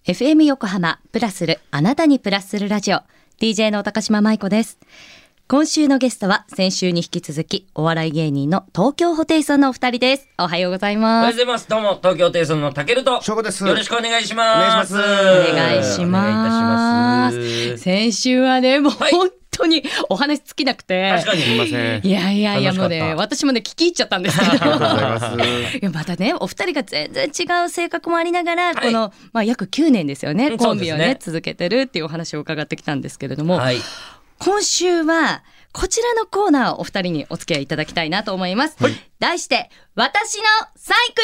FM 横浜プラスるあなたにプラスするラジオ DJ の高島舞子です。今週のゲストは先週に引き続きお笑い芸人の東京ホテイソンのお二人です。おはようございます。 おはようございます。どうも東京ホテイソンのたけるとしょうこです。 よろしくお願いします。 お願いします。先週はねもう本当にお話尽きなくて、 確かにすみません。 いやもうね私もね聞き入っちゃったんですけどありがとうございます。 いやまたねお二人が全然違う性格もありながら、この、約9年ですよね、コンビをね続けてるっていうお話を伺ってきたんですけれども、今週はこちらのコーナーをお二人にお付き合いいただきたいなと思います。題して私のサイク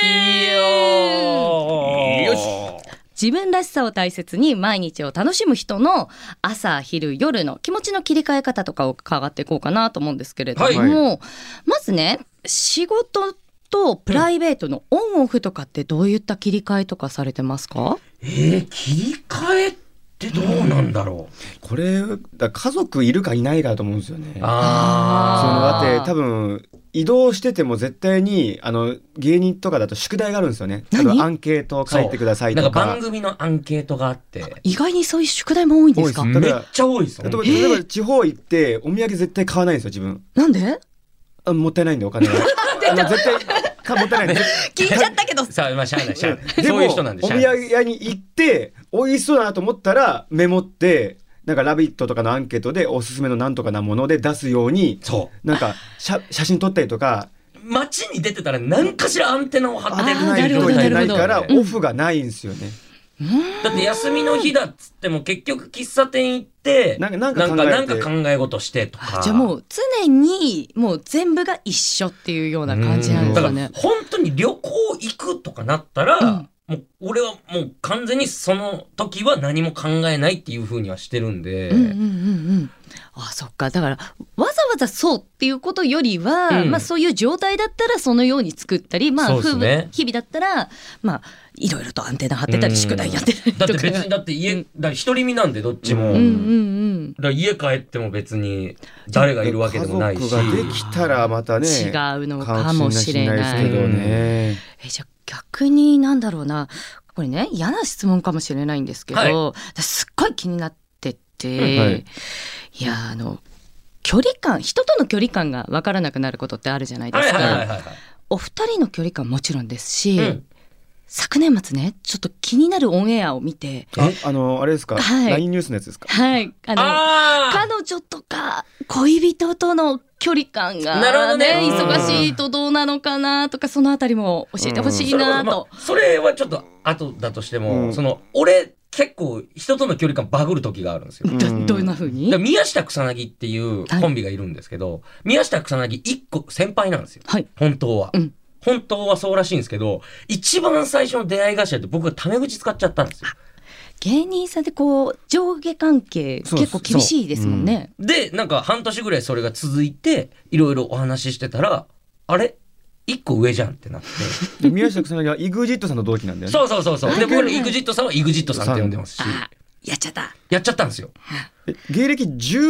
ル。 よし。 自分らしさを大切に毎日を楽しむ人の朝昼夜の気持ちの切り替え方とかを伺っていこうかなと思うんですけれども、まずね仕事とプライベートのオンオフとかってどういった切り替えとかされてますか？ 切り替えってどうなんだろう。 これ家族いるかいないかだと思うんですよね。 だって多分移動してても絶対に芸人とかだと宿題があるんですよね。アンケートを書いてくださいとか。 なんか番組のアンケートがあって意外にそういう宿題も多いんですか？ めっちゃ多いですよ。 例えば地方行ってお土産絶対買わないんですよ自分。 なんで？ もったいないんでお金が絶対もったいないんで聞いちゃったけどさあしゃあないでもそういう人なんでお土産屋に行って美味しそうだなと思ったらメモってなんかラビットとかのアンケートでおすすめのなんとかなもので出すように、なんか写真撮ったりとか街に出てたら何かしらアンテナを張ってるない状態ないからオフがないんですよね。 だって休みの日だっつっても結局喫茶店行ってなんか考え事してとか。 じゃあもう常にもう全部が一緒っていうような感じなんですかね。 だから本当に旅行行くとかなったら、もう俺はもう完全にその時は何も考えないっていう風にはしてるんで、 そっか。だからわざわざそうっていうことよりは、そういう状態だったらそのように作ったり、日々だったらいろいろとアンテナ張ってたり宿題やってたりとか。 だって別にだってだから独り身なんでどっちも、だから家帰っても別に誰がいるわけでもないし、 家族ができたらまたね違うのかもしれないですけどね。じゃあ逆になんだろうな、これね嫌な質問かもしれないんですけど、すっごい気になってて、いや距離感、人との距離感が分からなくなることってあるじゃないですか。お二人の距離感もちろんですし、昨年末ねちょっと気になるオンエアを見て、 あれですか、LINE ニュースのやつですか？ 彼女とか恋人との距離感が忙しいとどうなのかなとか、そのあたりも教えてほしいなと。 それはちょっと後だとしても、俺結構人との距離感バグる時があるんですよ。 どんな風に？ 宮下草薙っていうコンビがいるんですけど、宮下草薙1個先輩なんですよ、本当は。本当はそうらしいんですけど、一番最初の出会い頭って僕がタメ口使っちゃったんですよ。 芸人さんって上下関係結構厳しいですもんね。 でなんか半年ぐらいそれが続いていろいろお話ししてたら、あれ1個上じゃんってなって宮下草薙は EXIT さんの同期なんだよね。 そうで僕ら EXIT さんは EXIT さんって呼んでますし、 やっちゃったんですよ。 芸歴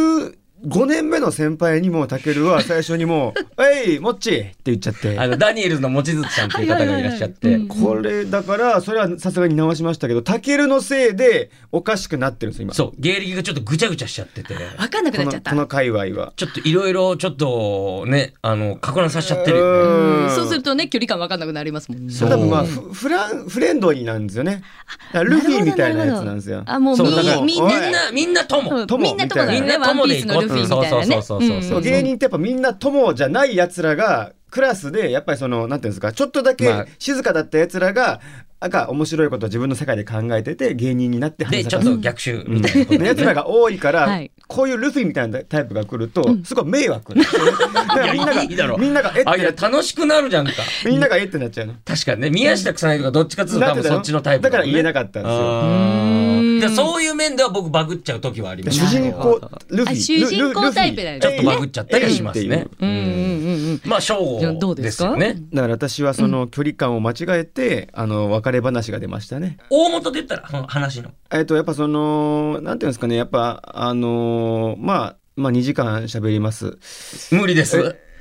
15年目の先輩にもタケルは最初にもう「えいもっち!」って言っちゃってダニエルズの望月さんっていう方がいらっしゃって、 これだからそれはさすがに直しましたけど、タケルのせいでおかしくなってるんですよ今。 そう芸歴がちょっとぐちゃぐちゃしちゃってて分かんなくなっちゃった。 この界隈はちょっといろいろちょっとねか乱させちゃってるよね。 そうするとね距離感分かんなくなりますもんね。 多分フレンドリーなんですよね。ルフィみたいなやつなんですよ。 もうみんな友みんな友だよね。ワンピースのルフィみたいなね。 そう芸人ってやっぱみんな友じゃないやつらがクラスでやっぱりなんていうんですか、ちょっとだけ静かだったやつらが面白いことを自分の世界で考えてて芸人になってでちょっと逆襲みたいなこと、 やつらが多いから、こういうルフィみたいなタイプが来るとすごい迷惑なんですよね。みんなが楽しくなるじゃんか。 みんながってなっちゃうの。 確かにね、宮下草薙とかどっちかっていうと多分そっちのタイプだから言えなかったんですよ。 そういう面では僕バグっちゃう時はあります。 主人公ルフィ主人公タイプだよね。 ちょっとバグっちゃったりしますね。正吾ですよね。 だから私はその距離感を間違えて別れ話が出ましたね。 大元で言ったらその話のやっぱなんていうんですかね、やっぱ2時間喋ります。 無理です。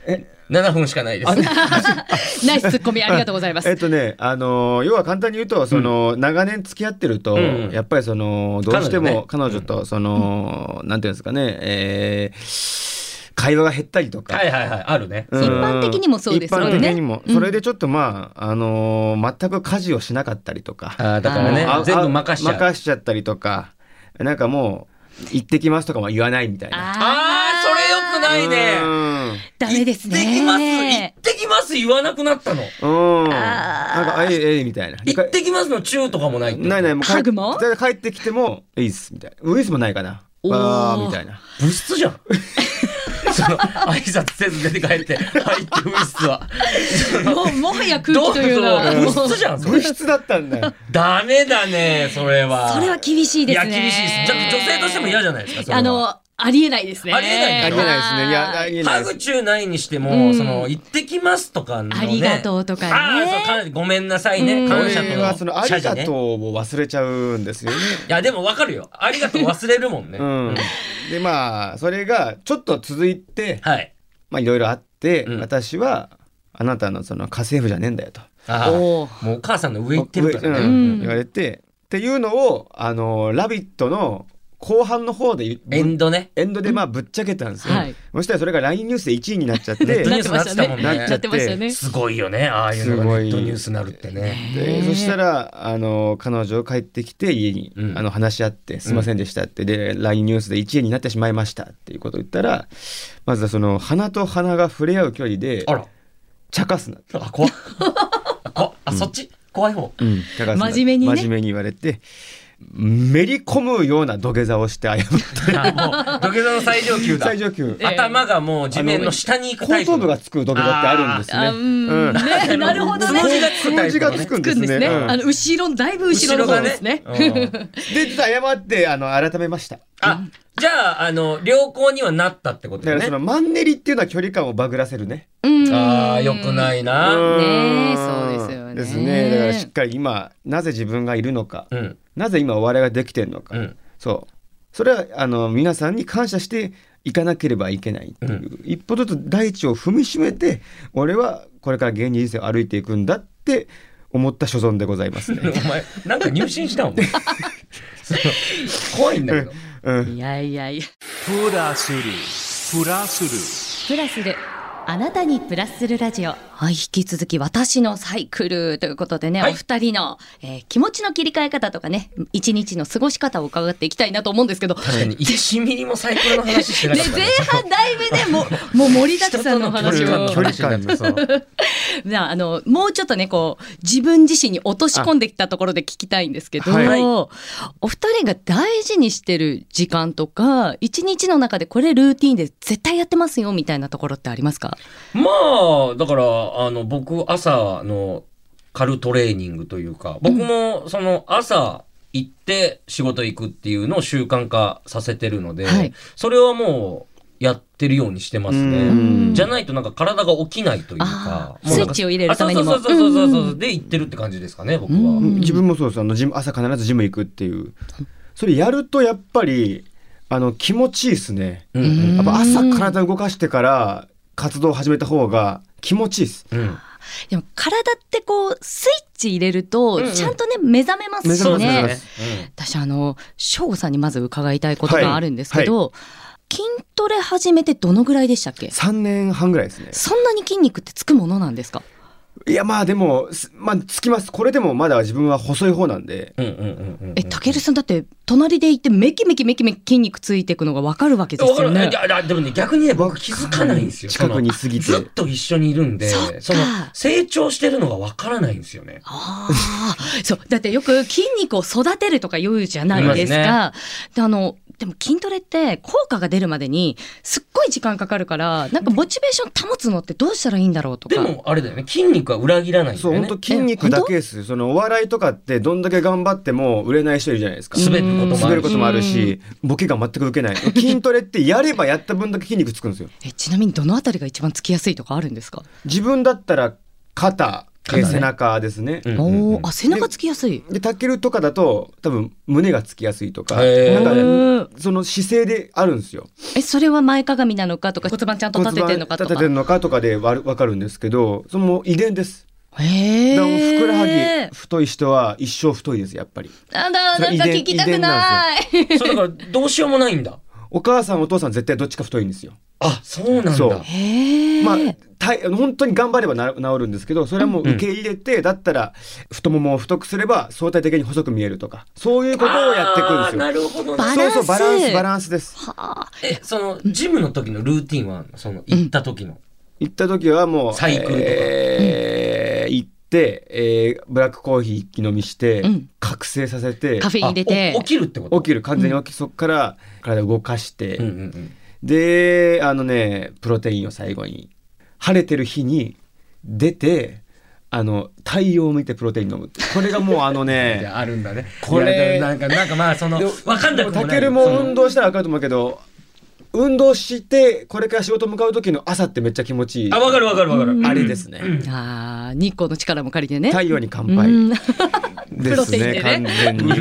7分しかないです。 ナイスツッコミありがとうございます。 要は簡単に言うと長年付き合ってると、やっぱりどうしても彼女となんていうんですかね、会話が減ったりとか、 あるね。 一般的にもそうですよね。 一般的にもそれでちょっと全く家事をしなかったりとか、 だからね全部任しちゃったりとか、なんかもう行ってきますとかも言わないみたいな。 それ良くないね。 ダメですね。 行ってきます言わなくなったの。 なんかみたいな。 行ってきますのチューとかもない。 ない。 ハグも帰ってきてもいいっすみたいな。ウイスもないかな。みたいな。 物質じゃん。挨拶せず出て帰って入って物質はもはや空気というのは物質じゃん。 物質だったんだよ。 ダメだねそれは。 それは厳しいですね。 いや厳しいです。ちょっと女性としても嫌じゃないですか。それはありえないですね。 ありえないですね。いや、ありえないです。 ハグチューないにしても、行ってきますとかのね。 ありがとうとかね。 ごめんなさいね。感謝とはありがとうを忘れちゃうんですよね。 いやでもわかるよ。ありがとう忘れるもんね。 でそれがちょっと続いて、いろいろあって、私はあなたの家政婦じゃねえんだよと。 もうお母さんの上行ってるからね。言われてっていうのをラビットの後半の方でエンドでぶっちゃけたんですよ。そしたらそれが LINE ニュースで1位になっちゃってネットニュースになってたもんね。 なっちゃってましたね。 すごいよねああいうのがネットニュースになるってね。 でそしたら彼女帰ってきて家に話し合ってすいませんでしたってで LINE ニュースで1位になってしまいましたっていうことを言ったら、まずは鼻と鼻が触れ合う距離で茶化すな。 怖っ。そっち怖い方。 真面目に言われて。めり込むような土下座をして謝ってもう土下座の最上級だ。 最上級。 頭がもう地面の下に行くタイプ。 後頭部がつく土下座ってあるんですね。なるほどね。 つむじがつくんですね。 後ろだいぶ後ろの方ですね。 で謝って改めました。 じゃあ良好にはなったってことね。 だからマンネリっていうのは距離感をバグらせるね。 良くないな。 ねそうですよね。 ですね。だからしっかり今なぜ自分がいるのか。なぜ今お笑いができてるのか、それは皆さんに感謝していかなければいけないっていう、一歩ずつ大地を踏みしめて俺はこれから芸人人生を歩いていくんだって思った所存でございますね。 お前なんか入信したもん怖いんだけど、 いやプラスるあなたにプラスするラジオ。引き続き私のサイクルということでね、お二人の、気持ちの切り替え方とかね、一日の過ごし方を伺っていきたいなと思うんですけど、 確かに1ミリもサイクルの話してなかった、ね。 前半だいぶねもう盛りだくさんの話を距離感もうちょっとね自分自身に落とし込んできたところで聞きたいんですけど、お二人が大事にしてる時間とか一日の中でこれルーティーンで絶対やってますよみたいなところってありますか？ だから僕朝のカルトレーニングというか、僕も朝行って仕事行くっていうのを習慣化させてるので、それはもうやってるようにしてますね。じゃないとなんか体が起きないというか、 スイッチを入れるためにもそうで行ってるって感じですかね、僕は。 自分もそうです。朝必ずジム行くっていう、それやるとやっぱり気持ちいいですね。やっぱ朝体動かしてから活動を始めた方が気持ちいいです。 でも体ってスイッチ入れるとちゃんとね目覚めますしね。私翔吾さんにまず伺いたいことがあるんですけど、筋トレ始めてどのぐらいでしたっけ ？3年半ぐらいですね。 そんなに筋肉ってつくものなんですか？ いやでもつきます。これでもまだ自分は細い方なんで。 たけるさんだって隣でいてメキメキ筋肉ついていくのが分かるわけですよね。 でもね逆にね僕気づかないんですよ。 近くに過ぎてずっと一緒にいるんで成長してるのが分からないんですよね。 そうだってよく筋肉を育てるとか言うじゃないですか。でも筋トレって効果が出るまでにすっごい時間かかるからなんかモチベーション保つのってどうしたらいいんだろうとか。 でもあれだよね、筋肉は裏切らないんだよね。 そう本当筋肉だけです。お笑いとかってどんだけ頑張っても売れない人いるじゃないですか。 滑ることもあるしボケが全く受けない。筋トレってやればやった分だけ筋肉つくんですよ。 ちなみにどのあたりが一番つきやすいとかあるんですか？ 自分だったら肩背中ですね。 背中つきやすい。 でタケルとかだと多分胸がつきやすいとか、なんかその姿勢であるんですよ。 それは前かがみなのかとか骨盤ちゃんと立ててるのかとか。 立ててるのかとかで分かるんですけど、その遺伝です。 へえ。 だからふくらはぎ太い人は一生太いですやっぱり。 なんか聞きたくない。 そうだからどうしようもないんだ。 お母さんお父さん絶対どっちか太いんですよ。 あ、そうなんだ。 まあ本当に頑張れば治るんですけど、それはもう受け入れて、だったら太ももを太くすれば相対的に細く見えるとか、そういうことをやっていくんですよ。 なるほど。 そうバランスです。 そのジムの時のルーティンはその行った時はもうサイクルとか行って、ブラックコーヒー一気飲みして、覚醒させてカフェイン入れて起きるってこと？ 起きる、完全に起き、そこから体を動かして、でプロテインを最後に晴れてる日に出て太陽を見てプロテイン飲むって、これがもうあるんだね。これなんかまあその分かんなくもない。 タケルも運動したら分かると思うけど、運動してこれから仕事向かう時の朝ってめっちゃ気持ちいい。 分かるあれですね。 日光の力も借りてね。 太陽に乾杯ですね。完全に。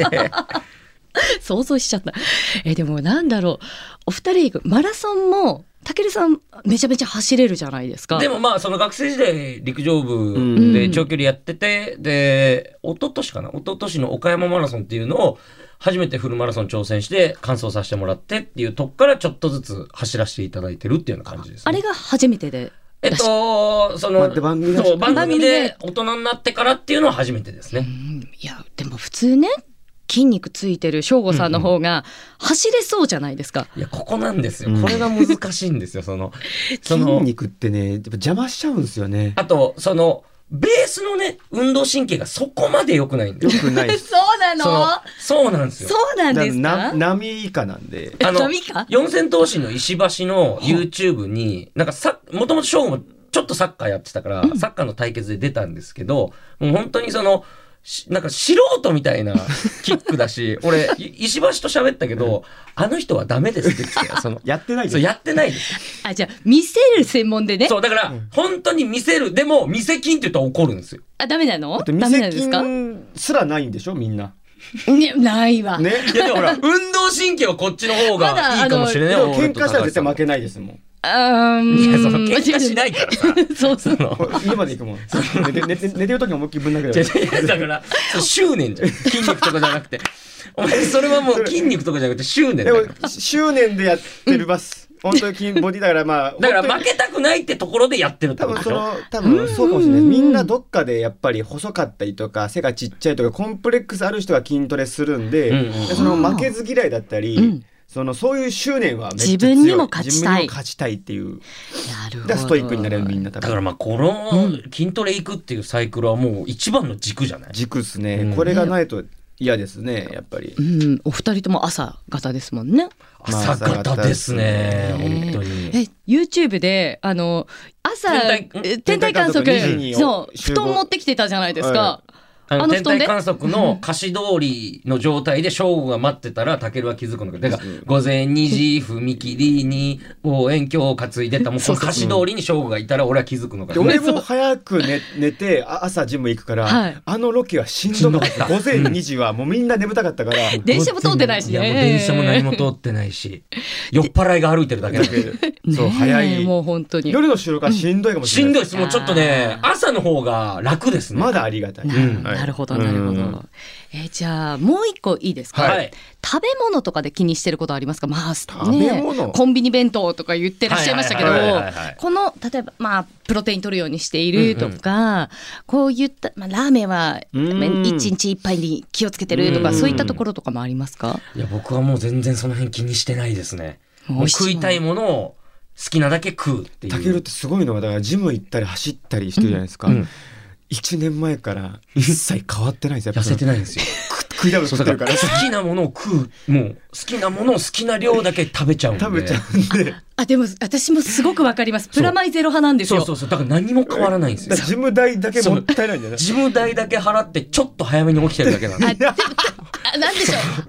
想像しちゃった。でもなんだろう、お二人マラソンもタケルさんめちゃめちゃ走れるじゃないですか。 でもまあその学生時代陸上部で長距離やってて、で一昨年の岡山マラソンっていうのを初めてフルマラソン挑戦して完走させてもらってっていうとこからちょっとずつ走らせていただいてるっていうような感じです、ね。 あれが初めてで。 その番組で大人になってからっていうのは初めてですね。 いやでも普通ね、筋肉ついてる翔吾さんの方が走れそうじゃないですか。 いやここなんですよ。これが難しいんですよ。 筋肉ってね、やっぱ邪魔しちゃうんですよね。 あとベースのね運動神経がそこまで良くないんで。 良くない。 そうなの？ そうなんですよ。 そうなんですか？ 波以下なんで。 波以下？ 四千頭身の石橋の YouTube になんかもともと翔吾もちょっとサッカーやってたから、サッカーの対決で出たんですけど、もう本当になんか素人みたいなキックだし、俺石橋と喋ったけど、あの人はダメですって言ってたよ。 やってないです。 そうやってないです。 じゃあ見せる専門でね。 そうだから本当に見せる。でも見せ筋って言ったら怒るんですよ。 ダメなの？ダメ見せなんですか？ 筋すらないんでしょみんな。 ないわ。 ね。いやでもほら運動神経はこっちの方がいいかもしれない。 喧嘩したら絶対負けないですもん。 いや喧嘩しないからさ。 家まで行くもん。寝てる時に思いっきりぶん殴る。 だから執念じゃん。筋肉とかじゃなくて、お前それはもう筋肉とかじゃなくて執念だから。 でも執念でやってるバス。本当にボディだからだから負けたくないってところでやってるってことでしょ。 多分そうかもしれない。みんなどっかでやっぱり細かったりとか背がちっちゃいとかコンプレックスある人が筋トレするんで、負けず嫌いだったり。そういう執念はめっちゃ強い。 自分にも勝ちたいっていう。 なるほど。 ストイックになれるみんな多分。 だからこの筋トレ行くっていうサイクルはもう一番の軸じゃない？ 軸ですね。これがないと嫌ですねやっぱり。 お二人とも朝型ですもんね。 朝型ですね。本当に。 YouTube で朝天体観測そう布団持ってきてたじゃないですか。 天体観測の貸し通りの状態で正午が待ってたらタケルは気づくのが、だから午前2時踏切に望遠鏡を担いでた、もうこの貸し通りに正午がいたら俺は気づくのが。 俺も早く寝て朝ジム行くから、ロケはしんどかった。午前2時はもうみんな眠たかったから。 電車も通ってないしね。 いやもう電車も何も通ってないし、酔っ払いが歩いてるだけだけど。 そう早い。 もう本当に。 夜の収録はしんどいかもしれない。 しんどいです。もうちょっとね朝の方が楽ですね。 まだありがたい。 なるほどなるほど。じゃあもう一個いいですか？食べ物とかで気にしてることありますか？ 食べ物コンビニ弁当とか言ってらっしゃいましたけど、この例えばプロテイン取るようにしているとか、こういったラーメンは1日1杯に気をつけてるとか、そういったところとかもありますか？ いや僕はもう全然その辺気にしてないですね。もう食いたいものを好きなだけ食うっていう。 タケルってすごいのが、だからジム行ったり走ったりしてるじゃないですか。1年前から一切変わってないんですよ。 痩せてないんですよ。 食いだぶってるから。 好きなものを食う、もう好きなものを好きな量だけ食べちゃうんで。 でも私もすごくわかります。プラマイゼロ派なんですよ。 そうだから何も変わらないんですよ。 ジム代だけもったいないんだよね。 ジム代だけ払ってちょっと早めに起きてるだけなんで。 なんでしょう。汗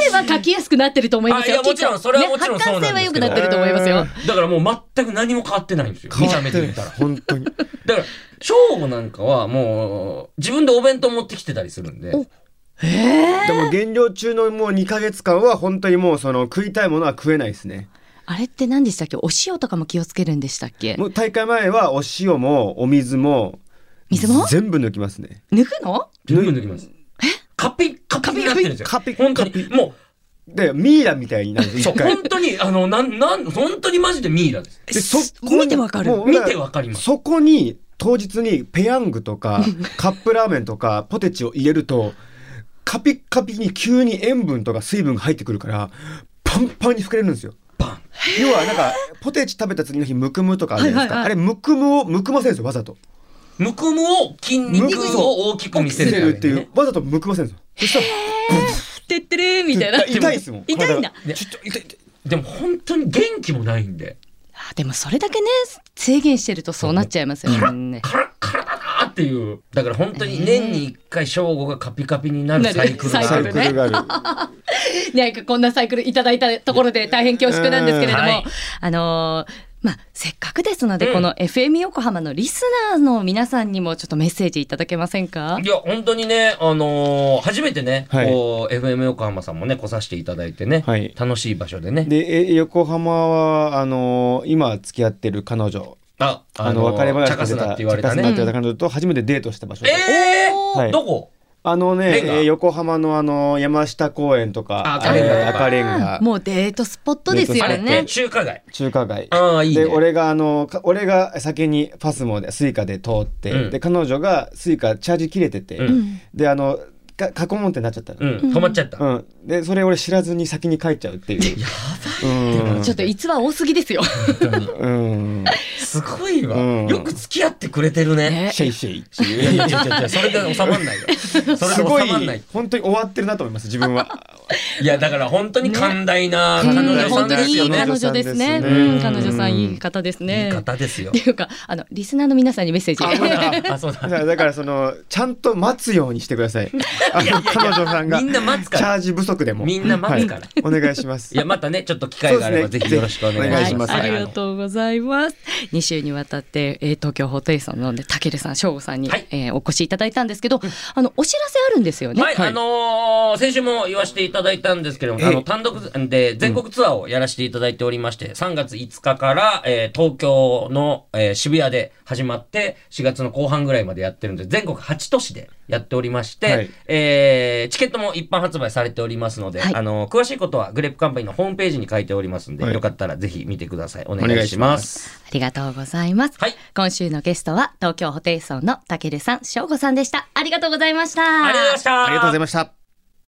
は書きやすくなってると思いますよ。 いやもちろんそれはもちろんそうなんですけど、 発汗性は良くなってると思いますよ。 だからもう全く何も変わってないんですよ、見た目で言ったら。 本当に。 だから正吾なんかはもう自分でお弁当持ってきてたりするんで。 でも減量中のもう2ヶ月間は本当にもうその食いたいものは食えないですね。 あれって何でしたっけ？お塩とかも気をつけるんでしたっけ？ もう大会前はお塩もお水も全部抜きますね。 抜くの？ 全部抜きます。カピカピになってるんですよ。本当にもうでミイラみたいになるんです。 そう本当に本当にマジでミイラです。 でそ見てわかる。 見てわかります。 そこに当日にペヤングとかカップラーメンとかポテチを入れるとカピカピに急に塩分とか水分が入ってくるからパンパンに膨れるんですよ。要はなんかポテチ食べた次の日むくむとかあるじゃないですか、あれむくむをむくませるんですよ、わざと。 むくむを筋肉を大きく見せるっていう、わざとむくませるんですよ。そしたらてってるみたいな。 痛いですもん。 痛いんだ。 でも本当に元気もないんで。 でもそれだけね制限してるとそうなっちゃいますよね。 カラッだなっていう。だから本当に年に1回正吾がカピカピになるサイクルがある。 なんかこんなサイクルいただいたところで大変恐縮なんですけれども、せっかくですので、この FM 横浜のリスナーの皆さんにもちょっとメッセージいただけませんか？ いや本当にね、初めてね、こう FM 横浜さんもね来させていただいてね、楽しい場所でね。 で横浜は今付き合ってる彼女、別れ話が出た、チャカスナって言われた彼女と初めてデートした場所で。 どこ？ 横浜の山下公園とか赤レンガ、 もうデートスポットですよね。 中華街。 いいね。で俺が先にパスモでスイカで通って、で彼女がスイカチャージ切れてて、で過去問ってなっちゃったの、 止まっちゃった、 でそれ俺知らずに先に帰っちゃうっていう。 やばい、ちょっと逸話多すぎですよ。 すごいわ、よく付き合ってくれてるね。 シェイシェイ。 いやそれで収まんないよ。それで収まんない。 本当に終わってるなと思います自分は。 いやだから本当に寛大な彼女さんですよね。 彼女ですね。彼女さんいい方ですね。 いい方ですよ。 っていうかリスナーの皆さんにメッセージ。 だからちゃんと待つようにしてください。彼女さんがみんな待つから、 チャージ不足でもみんな待つから、 お願いします。 いやまたねちょっと機会があればぜひよろしくお願いします。 ありがとうございます。2週にわたって東京ホテイソンのたけるさん、しょうごさんにお越しいただいたんですけど、お知らせあるんですよね。 先週も言わせていただいたんですけども、単独で全国ツアーをやらせていただいておりまして、3月5日から、東京の、渋谷で始まって4月の後半ぐらいまでやってるんで、全国8都市でやっておりまして、チケットも一般発売されておりますので、詳しいことはグレープカンパニーのホームページに書いておりますので、よかったらぜひ見てください。お願いします。 ありがとうございます。今週のゲストは東京ホテイソンのたけるさん、しょうごさんでした。ありがとうございました。 ありがとうございました。 ありがとうございました。